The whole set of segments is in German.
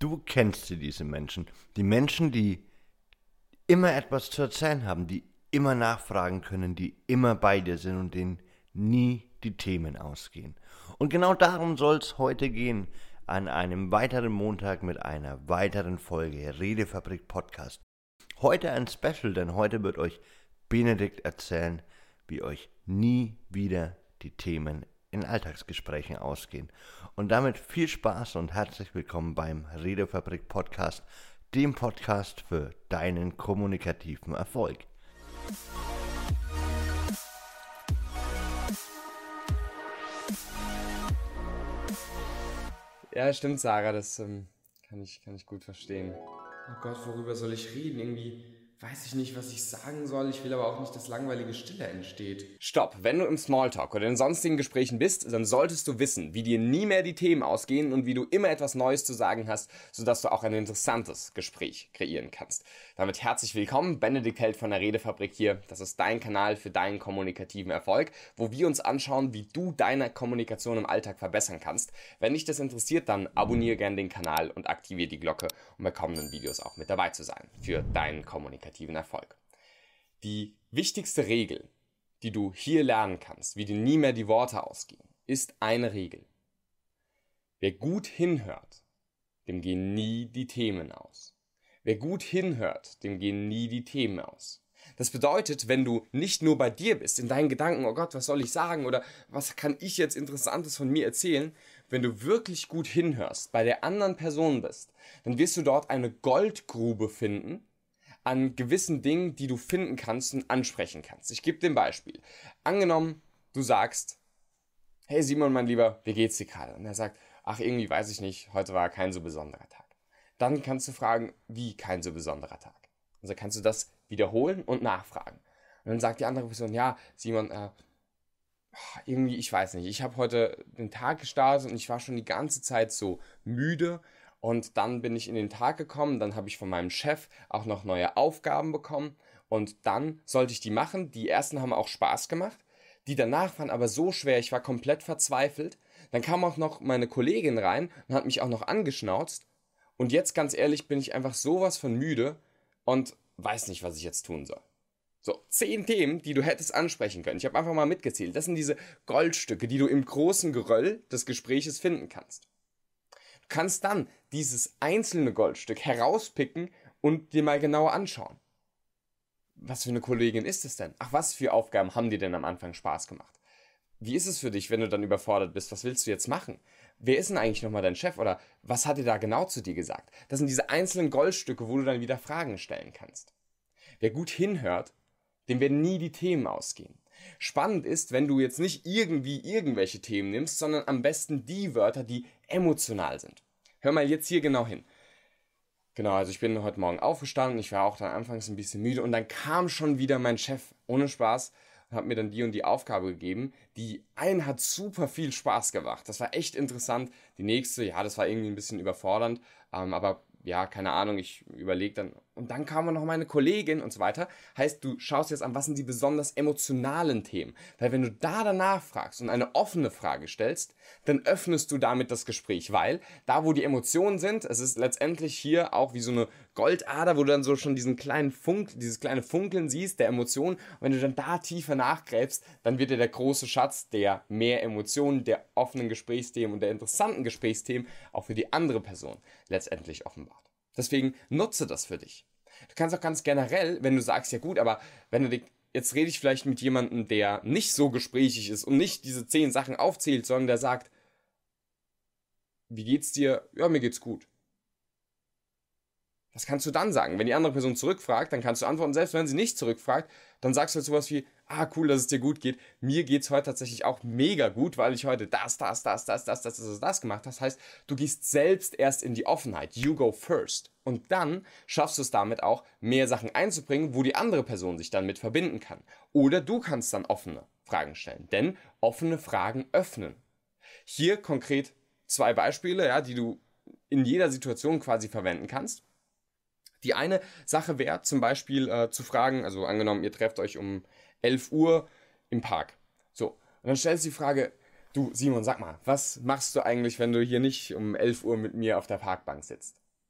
Du kennst diese Menschen. Die Menschen, die immer etwas zu erzählen haben, die immer nachfragen können, die immer bei dir sind und denen nie die Themen ausgehen. Und genau darum soll es heute gehen, an einem weiteren Montag mit einer weiteren Folge Redefabrik Podcast. Heute ein Special, denn heute wird euch Benedikt erzählen, wie euch nie wieder die Themen in Alltagsgesprächen ausgehen. Und damit viel Spaß und herzlich willkommen beim Redefabrik Podcast, dem Podcast für deinen kommunikativen Erfolg. Ja, stimmt, Sarah, das kann ich gut verstehen. Oh Gott, worüber soll ich reden? Irgendwie weiß ich nicht, was ich sagen soll. Ich will aber auch nicht, dass langweilige Stille entsteht. Stopp! Wenn du im Smalltalk oder in sonstigen Gesprächen bist, dann solltest du wissen, wie dir nie mehr die Themen ausgehen und wie du immer etwas Neues zu sagen hast, sodass du auch ein interessantes Gespräch kreieren kannst. Damit herzlich willkommen, Benedikt Held von der Redefabrik hier. Das ist dein Kanal für deinen kommunikativen Erfolg, wo wir uns anschauen, wie du deine Kommunikation im Alltag verbessern kannst. Wenn dich das interessiert, dann abonniere gerne den Kanal und aktiviere die Glocke, um bei kommenden Videos auch mit dabei zu sein für deinen kommunikativen Erfolg. Die wichtigste Regel, die du hier lernen kannst, wie dir nie mehr die Worte ausgehen, ist eine Regel. Wer gut hinhört, dem gehen nie die Themen aus. Wer gut hinhört, dem gehen nie die Themen aus. Das bedeutet, wenn du nicht nur bei dir bist, in deinen Gedanken, oh Gott, was soll ich sagen oder was kann ich jetzt Interessantes von mir erzählen, wenn du wirklich gut hinhörst, bei der anderen Person bist, dann wirst du dort eine Goldgrube finden an gewissen Dingen, die du finden kannst und ansprechen kannst. Ich gebe dir ein Beispiel. Angenommen, du sagst, hey Simon, mein Lieber, wie geht's dir gerade? Und er sagt, ach, irgendwie weiß ich nicht, heute war kein so besonderer Tag. Dann kannst du fragen, wie kein so besonderer Tag? Also kannst du das wiederholen und nachfragen. Und dann sagt die andere Person, ja, Simon, irgendwie, ich weiß nicht, ich habe heute den Tag gestartet und ich war schon die ganze Zeit so müde. Und dann bin ich in den Tag gekommen, dann habe ich von meinem Chef auch noch neue Aufgaben bekommen und dann sollte ich die machen. Die ersten haben auch Spaß gemacht, die danach waren aber so schwer, ich war komplett verzweifelt. Dann kam auch noch meine Kollegin rein und hat mich auch noch angeschnauzt und jetzt ganz ehrlich bin ich einfach sowas von müde und weiß nicht, was ich jetzt tun soll. So, 10 Themen, die du hättest ansprechen können. Ich habe einfach mal mitgezählt. Das sind diese Goldstücke, die du im großen Geröll des Gespräches finden kannst. Du kannst dann dieses einzelne Goldstück herauspicken und dir mal genauer anschauen. Was für eine Kollegin ist es denn? Ach, was für Aufgaben haben dir denn am Anfang Spaß gemacht? Wie ist es für dich, wenn du dann überfordert bist? Was willst du jetzt machen? Wer ist denn eigentlich nochmal dein Chef? Oder was hat er da genau zu dir gesagt? Das sind diese einzelnen Goldstücke, wo du dann wieder Fragen stellen kannst. Wer gut hinhört, dem werden nie die Themen ausgehen. Spannend ist, wenn du jetzt nicht irgendwie irgendwelche Themen nimmst, sondern am besten die Wörter, die emotional sind. Hör mal jetzt hier genau hin. Genau, also ich bin heute Morgen aufgestanden, ich war auch dann anfangs ein bisschen müde und dann kam schon wieder mein Chef, ohne Spaß, und hat mir dann die und die Aufgabe gegeben. Die eine hat super viel Spaß gemacht, das war echt interessant. Die nächste, ja, das war irgendwie ein bisschen überfordernd, aber ja, keine Ahnung, ich überlege dann. Und dann kam noch meine Kollegin und so weiter. Heißt, du schaust jetzt an, was sind die besonders emotionalen Themen. Weil wenn du da danach fragst und eine offene Frage stellst, dann öffnest du damit das Gespräch. Weil da, wo die Emotionen sind, es ist letztendlich hier auch wie so eine Goldader, wo du dann so schon dieses kleine Funkeln siehst, der Emotionen. Und wenn du dann da tiefer nachgräbst, dann wird dir der große Schatz der mehr Emotionen, der offenen Gesprächsthemen und der interessanten Gesprächsthemen auch für die andere Person letztendlich offenbart. Deswegen nutze das für dich. Du kannst auch ganz generell, wenn du sagst, ja gut, aber jetzt rede ich vielleicht mit jemandem, der nicht so gesprächig ist und nicht diese 10 Sachen aufzählt, sondern der sagt, wie geht's dir? Ja, mir geht's gut. Was kannst du dann sagen? Wenn die andere Person zurückfragt, dann kannst du antworten. Selbst wenn sie nicht zurückfragt, dann sagst du halt sowas wie, cool, dass es dir gut geht. Mir geht's heute tatsächlich auch mega gut, weil ich heute das gemacht habe. Das heißt, du gehst selbst erst in die Offenheit. You go first. Und dann schaffst du es damit auch, mehr Sachen einzubringen, wo die andere Person sich dann mit verbinden kann. Oder du kannst dann offene Fragen stellen. Denn offene Fragen öffnen. Hier konkret 2 Beispiele, ja, die du in jeder Situation quasi verwenden kannst. Die eine Sache wäre zum Beispiel zu fragen, also angenommen, ihr trefft euch um 11 Uhr im Park. So, und dann stellst du die Frage, du Simon, sag mal, was machst du eigentlich, wenn du hier nicht um 11 Uhr mit mir auf der Parkbank sitzt?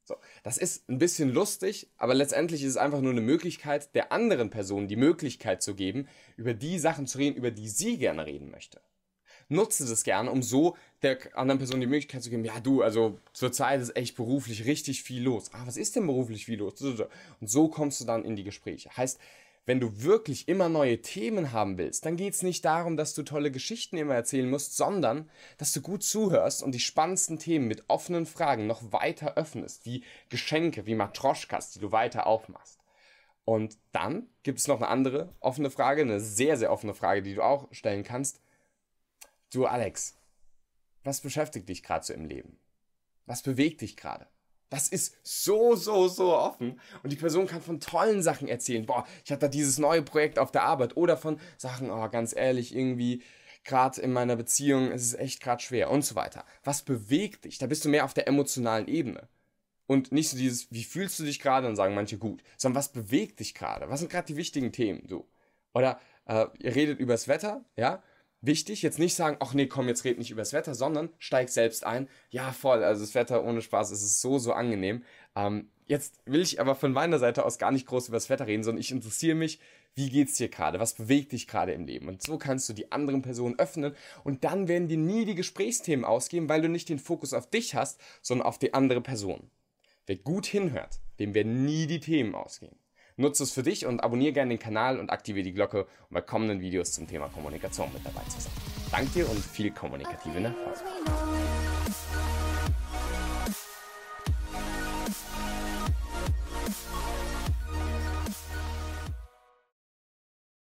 So, das ist ein bisschen lustig, aber letztendlich ist es einfach nur eine Möglichkeit, der anderen Person die Möglichkeit zu geben, über die Sachen zu reden, über die sie gerne reden möchte. Nutze das gerne, um so der anderen Person die Möglichkeit zu geben, ja du, also zurzeit ist echt beruflich richtig viel los. Ah, was ist denn beruflich viel los? Und so kommst du dann in die Gespräche. Heißt, wenn du wirklich immer neue Themen haben willst, dann geht es nicht darum, dass du tolle Geschichten immer erzählen musst, sondern dass du gut zuhörst und die spannendsten Themen mit offenen Fragen noch weiter öffnest, wie Geschenke, wie Matroschkas, die du weiter aufmachst. Und dann gibt es noch eine andere offene Frage, eine sehr, sehr offene Frage, die du auch stellen kannst. Du Alex, was beschäftigt dich gerade so im Leben? Was bewegt dich gerade? Das ist so offen. Und die Person kann von tollen Sachen erzählen. Boah, ich hatte da dieses neue Projekt auf der Arbeit. Oder von Sachen, oh, ganz ehrlich, irgendwie gerade in meiner Beziehung ist es echt gerade schwer und so weiter. Was bewegt dich? Da bist du mehr auf der emotionalen Ebene. Und nicht so dieses, wie fühlst du dich gerade? Dann sagen manche gut. Sondern was bewegt dich gerade? Was sind gerade die wichtigen Themen, du? Oder ihr redet übers Wetter, ja? Wichtig, jetzt nicht sagen, ach nee, komm, jetzt red nicht über das Wetter, sondern steig selbst ein. Ja, voll, also das Wetter ohne Spaß, es ist so angenehm. Jetzt will ich aber von meiner Seite aus gar nicht groß über das Wetter reden, sondern ich interessiere mich, wie geht's dir gerade, was bewegt dich gerade im Leben? Und so kannst du die anderen Personen öffnen und dann werden dir nie die Gesprächsthemen ausgehen, weil du nicht den Fokus auf dich hast, sondern auf die andere Person. Wer gut hinhört, dem werden nie die Themen ausgehen. Nutze es für dich und abonniere gerne den Kanal und aktiviere die Glocke, um bei kommenden Videos zum Thema Kommunikation mit dabei zu sein. Danke dir und viel kommunikativen Erfolg.